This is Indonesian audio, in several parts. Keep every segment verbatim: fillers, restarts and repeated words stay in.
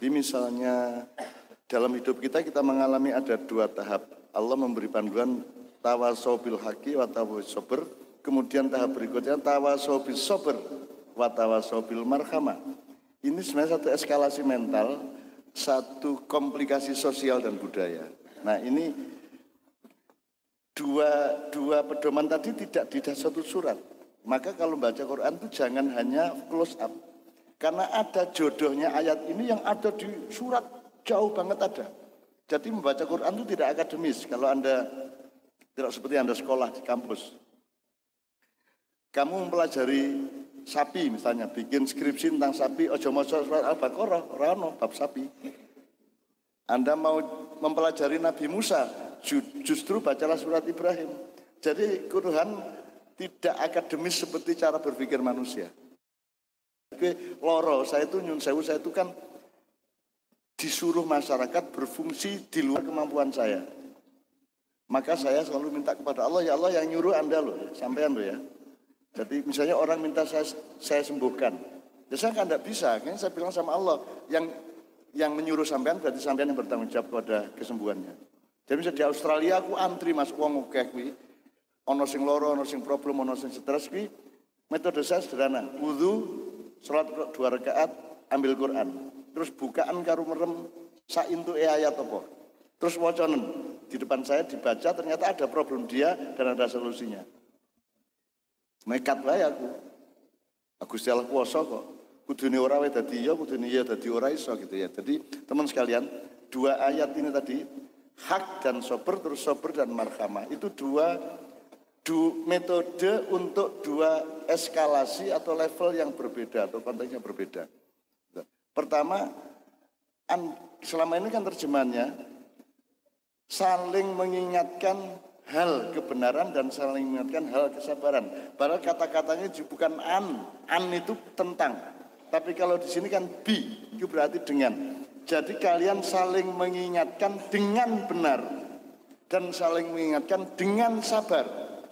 Jadi misalnya dalam hidup kita kita mengalami ada dua tahap. Allah memberi panduan tawasau bil haqi wa tawasau sabr. Kemudian tahap berikutnya tawasau bis sabr wa tawasau bil marhamah. Ini sebenarnya satu eskalasi mental, satu komplikasi sosial dan budaya. Nah ini dua dua pedoman tadi tidak di satu surat. Maka kalau baca Quran itu jangan hanya close up. Karena ada jodohnya ayat ini yang ada di surat jauh banget ada. Jadi membaca Quran itu tidak akademis. Kalau Anda tidak seperti Anda sekolah di kampus. Kamu mempelajari sapi misalnya, bikin skripsi tentang sapi, ojo maca surat Al-Baqarah, ora ono bab sapi. Anda mau mempelajari Nabi Musa, justru bacalah surat Ibrahim. Jadi Quran tidak akademis seperti cara berpikir manusia. Oke, loro, saya itu nyun sewu, saya itu kan disuruh masyarakat berfungsi di luar kemampuan saya. Maka saya selalu minta kepada Allah, ya Allah yang nyuruh Anda loh, sampean loh ya. Jadi misalnya orang minta saya, saya sembuhkan, ya saya kan tidak bisa, kan saya bilang sama Allah, yang yang menyuruh sampean berarti sampean yang bertanggung jawab pada kesembuhannya. Jadi misalnya di Australia aku antri mas wong akeh kuwi, ono sing loro, ono sing problem, ono sing stres kuwi, metode saya sederhana, wudu, sholat dua rakaat, ambil Quran, terus bukaan karo merem saintu e ayat apa, terus waconen di depan saya dibaca, ternyata ada problem dia dan ada solusinya. Nekat wae aku. Aku salah kuasa kok. Kudune ora wae dadi iya, kudune iya dadi ora iso gitu ya. Jadi teman sekalian, dua ayat ini tadi, hak dan sober, terus sober dan marhamah, itu dua du, metode untuk dua eskalasi atau level yang berbeda atau konteksnya berbeda. Pertama, an, selama ini kan terjemahannya saling mengingatkan hal kebenaran dan saling mengingatkan hal kesabaran. Padahal kata-katanya bukan an, an itu tentang. Tapi kalau di sini kan bi, itu berarti dengan. Jadi kalian saling mengingatkan dengan benar dan saling mengingatkan dengan sabar.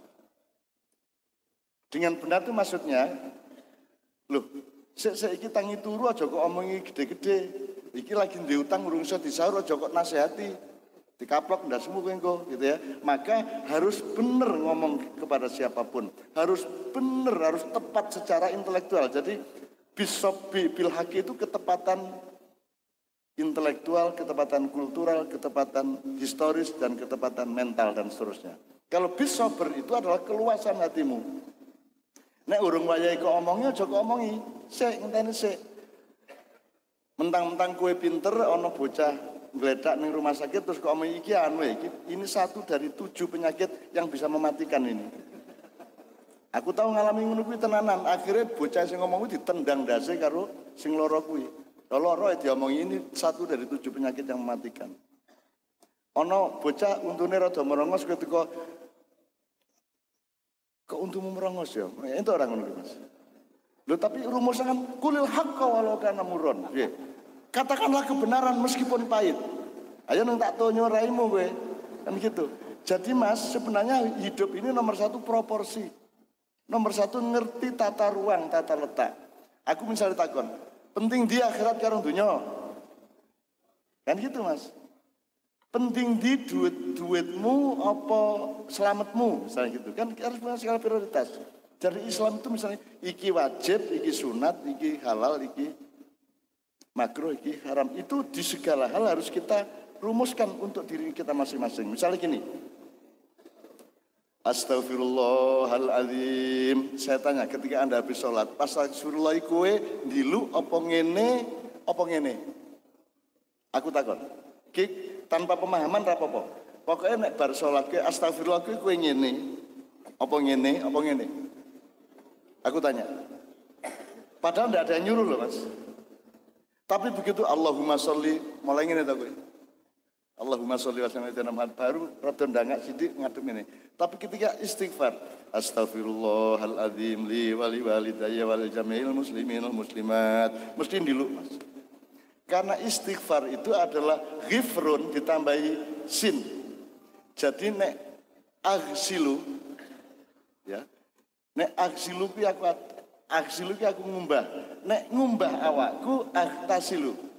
Dengan benar itu maksudnya, loh, saiki tangi turu aja kok omongi gede-gede. Iki lagi diutang urung iso disaur aja kok nasihati. Dikaplok ndak semua engko gitu ya. Maka harus benar ngomong kepada siapapun. Harus benar, harus tepat secara intelektual. Jadi bisobi bil haqi itu ketepatan intelektual, ketepatan kultural, ketepatan historis dan ketepatan mental dan seterusnya. Kalau bisober itu adalah keluasan hatimu. Nek urung wayahe kok omongnya aja kok omongi. Sik ngenteni sik. Mentang-mentang kue pinter ana bocah geledak ning rumah sakit terus kok omong iki anu iki, ini satu dari tujuh penyakit yang bisa mematikan ini. Aku tahu ngalami ngono kuwi tenanan, akhirnya bocah sing ngomong kuwi ditendang dase karo sing loro kuwi. Loro ya diomongi ini satu dari tujuh penyakit yang mematikan. Ana bocah untune rada merongos ketika kok untumu merongos ya. Itu orang ngono Mas. Loh tapi rumusnya kan kulil haqqa walau kana murron. Nggih. Katakanlah kebenaran meskipun pahit. Ayo nang tak tonyo raimu gue. Kan gitu. Jadi Mas, sebenarnya hidup ini nomor satu proporsi. Nomor satu ngerti tata ruang, tata letak. Aku misalnya takon, penting di akhirat karo dunya. Kan gitu Mas. Penting di duit-duitmu apa selamatmu, misalnya gitu. Kan harus punya skala prioritas. Jadi Islam itu misalnya iki wajib, iki sunat, iki halal, iki makruh, iki haram. Itu di segala hal harus kita rumuskan untuk diri kita masing-masing. Misalnya gini, Astaghfirullahaladzim. Saya tanya ketika Anda habis sholat, pas Astaghfirullah kowe dilu apa ngene apa ngene? Aku takon. Ki tanpa pemahaman ra apa-apa. Pokoknya nek bar sholat ke Astaghfirullah kowe ngene apa ngene apa ngene? Aku tanya. Padahal tidak ada yang nyuruh loh Mas. Tapi begitu Allahumma sholli mulai ngene ta kowe. Allahumma sholli wa sallim ala Muhammad baru rada ndangak sithik ngadep ngene. Tapi ketika istighfar, astaghfirullahaladzim li wa li walidayya wal jami'il muslimin wal muslimat. Mesti diluk Mas. Karena istighfar itu adalah ghifrun ditambahi sin. Jadi nek aghsilu ya. Nek aghsilu ki aku aghsilu ki aku ngumbah. Nek ngumbah awakku aghtasilu.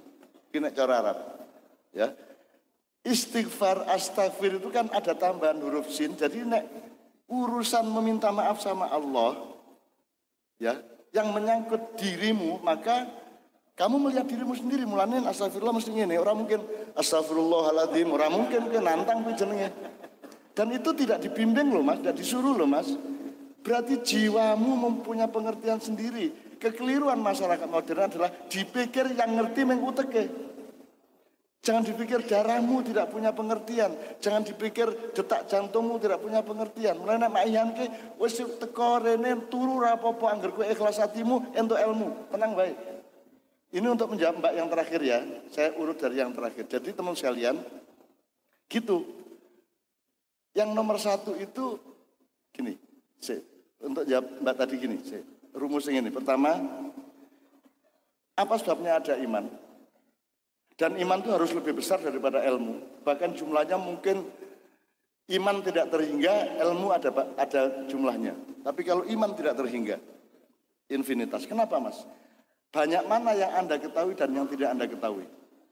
Kena cara Arab. Ya. Istighfar, astagfir itu kan ada tambahan huruf sin. Jadi nek urusan meminta maaf sama Allah, ya, yang menyangkut dirimu, maka kamu melihat dirimu sendiri. Mulane astagfirullah mesti ngene, orang mungkin astagfirullahaladzim, orang mungkin ke nantang kuwi jenenge. Dan itu tidak dibimbing loh Mas, tidak disuruh loh Mas. Berarti jiwamu mempunyai pengertian sendiri. Kekeliruan masyarakat modern adalah dipikir yang ngerti menguteke. Jangan dipikir darahmu tidak punya pengertian. Jangan dipikir detak jantungmu tidak punya pengertian. Mulai nek mayanke wis teko rene turu ra apa-apa angger kowe ikhlas hatimu entuk ilmu. Tenang baik. Ini untuk menjawab Mbak yang terakhir ya. Saya urut dari yang terakhir. Jadi teman sekalian, gitu. Yang nomor satu itu gini. Saya, untuk jawab Mbak tadi gini, saya, rumus ini. Pertama, apa sebabnya ada iman? Dan iman itu harus lebih besar daripada ilmu. Bahkan jumlahnya mungkin iman tidak terhingga, ilmu ada ada jumlahnya. Tapi kalau iman tidak terhingga, infinitas. Kenapa Mas? Banyak mana yang Anda ketahui dan yang tidak Anda ketahui?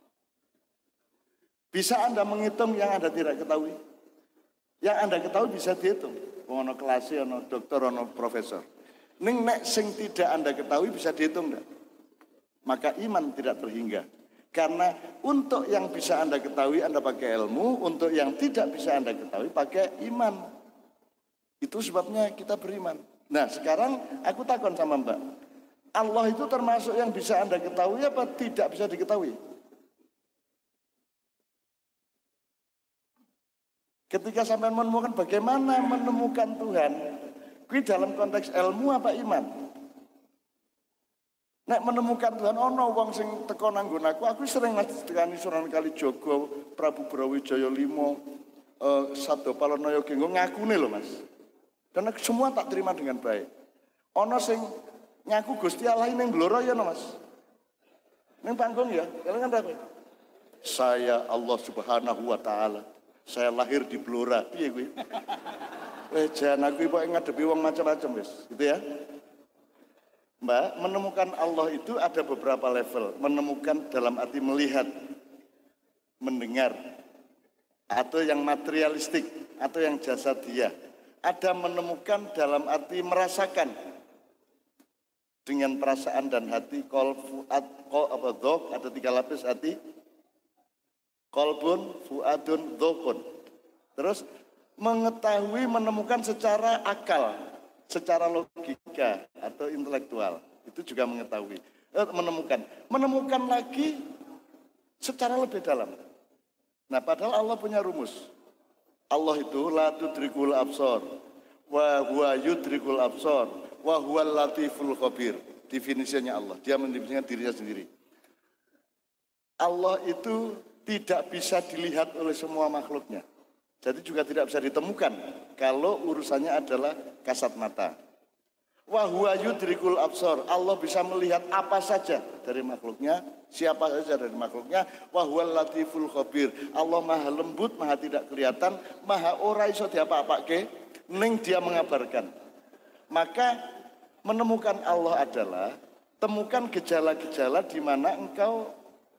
Bisa Anda menghitung yang Anda tidak ketahui? Yang Anda ketahui bisa dihitung. Ono kelas, ono dokter, ono profesor. Ning nek sing tidak Anda ketahui bisa dihitung enggak? Maka iman tidak terhingga. Karena untuk yang bisa Anda ketahui Anda pakai ilmu, untuk yang tidak bisa Anda ketahui pakai iman. Itu sebabnya kita beriman. Nah sekarang aku takon sama Mbak, Allah itu termasuk yang bisa Anda ketahui apa tidak bisa diketahui? Ketika sampai menemukan bagaimana menemukan Tuhan, kui dalam konteks ilmu apa iman? Nek menemukan Tuhan, ono wong sing teko nanggon aku, aku sering ngadekani Sunan Kalijaga, Prabu Brawijaya lima, uh, Sabda Palonaya Genggo ngakune lho Mas. Dan semua tak terima dengan baik. Ono sing ngaku Gusti Allah ning Blora ya no Mas. Ning panggung ya, kalian kan saya Allah Subhanahu wa taala. Saya lahir di Blora, piye kuwi? Weh jan aku kok ngadepi wong macam-macam wis, gitu ya. Mbak, menemukan Allah itu ada beberapa level. Menemukan dalam arti melihat, mendengar, atau yang materialistik, atau yang jasadiah. Ada menemukan dalam arti merasakan dengan perasaan dan hati. Kol fuad, kol apa dzok, ada tiga lapis hati. Kolbun, fuadun, dzokun. Terus mengetahui, menemukan secara akal, secara logika atau intelektual, itu juga mengetahui, eh, menemukan, menemukan lagi secara lebih dalam. Nah, padahal Allah punya rumus. Allah itu la tudrikul absor, wa huwa yudrikul absor, wa huwal latiful khabir. Definisinya Allah, dia mendefinisikan dirinya sendiri. Allah itu tidak bisa dilihat oleh semua makhluknya. Jadi juga tidak bisa ditemukan kalau urusannya adalah kasat mata. Wa huwa yudrikul absor. Allah bisa melihat apa saja dari makhluknya, siapa saja dari makhluknya. Wa huwal latiful khabir. Allah maha lembut, maha tidak kelihatan, maha ora iso diapa-apake, ning dia mengabarkan. Maka menemukan Allah adalah temukan gejala-gejala di mana engkau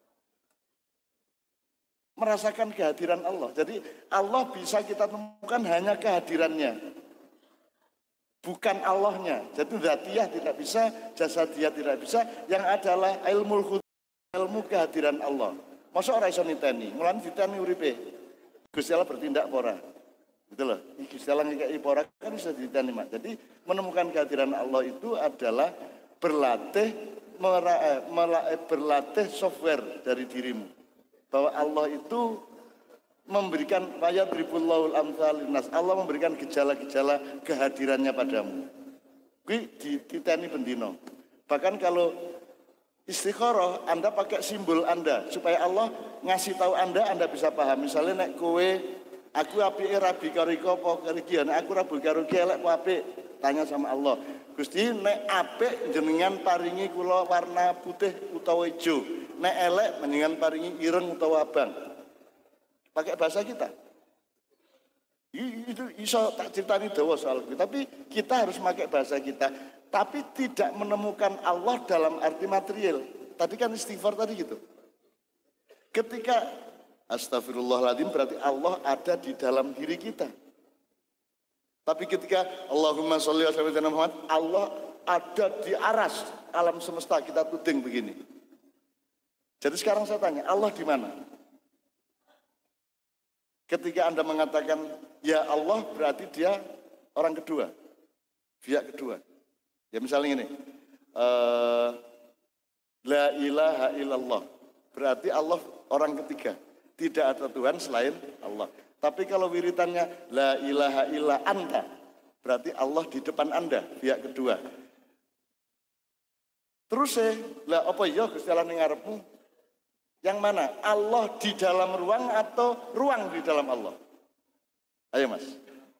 merasakan kehadiran Allah. Jadi Allah bisa kita temukan hanya kehadirannya, bukan Allahnya. Jadi dzatiyah tidak bisa, jasadiyah tidak bisa. Yang adalah ilmu ilmu kehadiran Allah. Masa ora iso niteni, mulane diteni uripe. Gusti Allah bertindak ora. Gitu loh. Gusti Allah ngekeki ora kan bisa diteni, Mak. Jadi menemukan kehadiran Allah itu adalah berlatih mera, mera, berlatih software dari dirimu. Bahwa Allah itu memberikan ayat ribullahul amsalinas. Allah memberikan gejala-gejala kehadirannya padamu. Kui dititeni bendino. Bahkan kalau istikharah, Anda pakai simbol Anda supaya Allah ngasih tahu Anda, Anda bisa paham. Misalnya nek kowe, aku apike rabi karo iko apa karo iki, nek aku rabi karo iki elek apa apik, tanya sama Allah. Gusti nek apik jenengan paringi kula warna putih utawa ijo. Nek elek mendingan paringi ireng utawa abang. Pakai bahasa kita. Itu iso tak ceritani dawa soal itu. Tapi kita harus pakai bahasa kita. Tapi tidak menemukan Allah dalam arti material. Tadi kan istighfar tadi gitu. Ketika astagfirullahaladzim berarti Allah ada di dalam diri kita. Tapi ketika Allahumma sholli ala sayyidina Muhammad, Allah ada di aras alam semesta, kita tuding begini. Jadi sekarang saya tanya, Allah di mana? Ketika Anda mengatakan ya Allah, berarti dia orang kedua, pihak kedua. Ya misalnya ini, uh, la ilaha illallah, berarti Allah orang ketiga. Tidak ada Tuhan selain Allah. Tapi kalau wiritannya la ilaha illa anta, berarti Allah di depan Anda, pihak kedua. Terus saya, lah apa ya Gusti Allah ning ngarepmu? Yang mana? Allah di dalam ruang atau ruang di dalam Allah? Ayo Mas.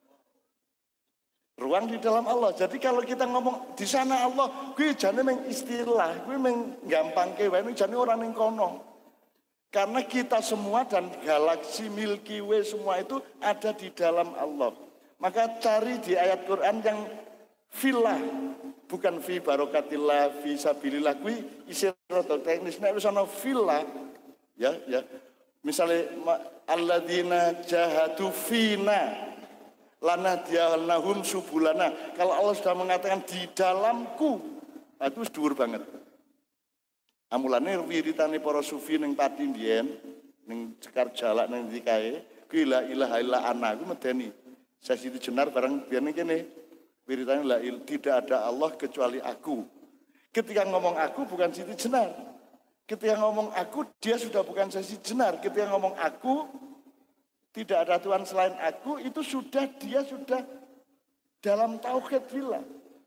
Ruang di dalam Allah. Jadi kalau kita ngomong di sana Allah, gue jane meng istilah, gue meng gampangke wae jane ora ning kono. Karena kita semua dan galaksi Milky Way semua itu ada di dalam Allah. Maka cari di ayat Quran yang filah, bukan fi barokatillah, fi sabilillah, kuwi isi rada teknis. Nek wis ana filah, ya, ya. Misalnya alladzina jahadu fina lanahdiyannahum subulana. Kalau Allah sudah mengatakan di dalamku, itu dhuwur banget. Amulane wiritane para sufi ning pati mbiyen, ning cekar jalak ning ndi kae, kuwi la ilaha illa ana ku medeni. Sesi jenar bareng biyen kene. Wiritane la tidak ada Allah kecuali aku. Ketika ngomong aku bukan Siti Jenar. Ketika ngomong aku dia sudah bukan Sesi Jenar. Ketika ngomong aku tidak ada Tuhan selain aku, itu sudah dia sudah dalam tauhid fillah.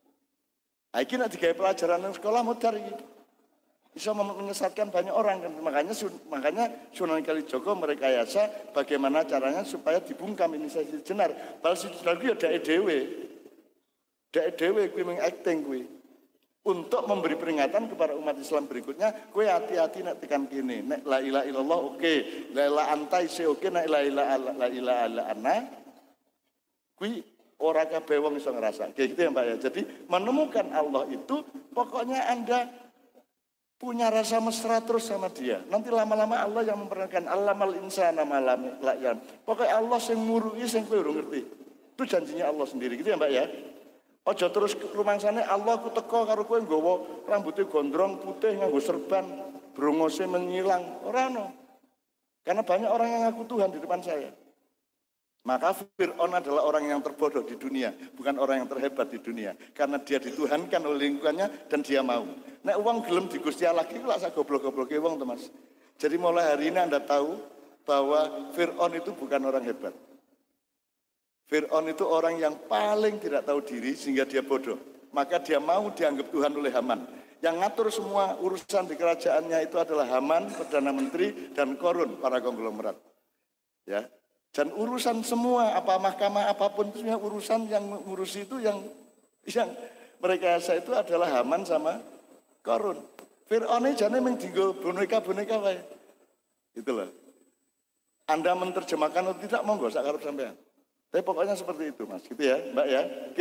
Iki nek digawe pelajaran nang sekolah modar iki. Bisa menyesatkan banyak orang kan. Makanya makanya Sunan Kalijaga merekayasa bagaimana caranya supaya dibungkam ini Sesi Jenar. Padahal Sesi Jenar itu ya dae dhewe. Dae dhewe kuwi meng acting kuwi. Untuk memberi peringatan kepada umat Islam berikutnya, kowe hati-hati nek tekan kene. Nek la ilaha illallah oke, okay. La ilaha anta isi oke, okay. Nek la ilaha la ilaha illa ana kuwi ora kabeh wong iso ngrasa. Kayak gitu ya Mbak ya. Jadi menemukan Allah itu pokoknya Anda punya rasa mesra terus sama dia. Nanti lama-lama Allah yang memperkenalkan allamal insana malam layan. Pokoknya Allah yang murui yang kowe urung ngerti. Itu janjinya Allah sendiri gitu ya Mbak ya. Ojo terus rumangsane Allah ku teko karo kowe nggawa rambutnya gondrong putih nganggo serban, brongose menyilang. Ora ono. Karena banyak orang yang ngaku Tuhan di depan saya. Maka Fir'aun adalah orang yang terbodoh di dunia, bukan orang yang terhebat di dunia. Karena dia dituhankan oleh lingkungannya dan dia mau. Nek uang gelem di Gusti Allah iki lak sak goblok-gobloke wong to Mas. Jadi mulai hari ini Anda tahu bahwa Fir'aun itu bukan orang hebat. Fir'aun itu orang yang paling tidak tahu diri sehingga dia bodoh. Maka dia mau dianggap Tuhan oleh Haman. Yang ngatur semua urusan di kerajaannya itu adalah Haman, Perdana Menteri, dan Korun, para konglomerat. Ya. Dan urusan semua, apa mahkamah apapun itu urusan yang ngurusi itu yang yang merekayasa itu adalah Haman sama Korun. Fir'aun ini jane mengdinggo boneka-boneka wae. Itu loh. Anda menerjemahkan atau tidak monggo sak karep sampean. Tapi pokoknya seperti itu Mas, gitu ya, Mbak ya.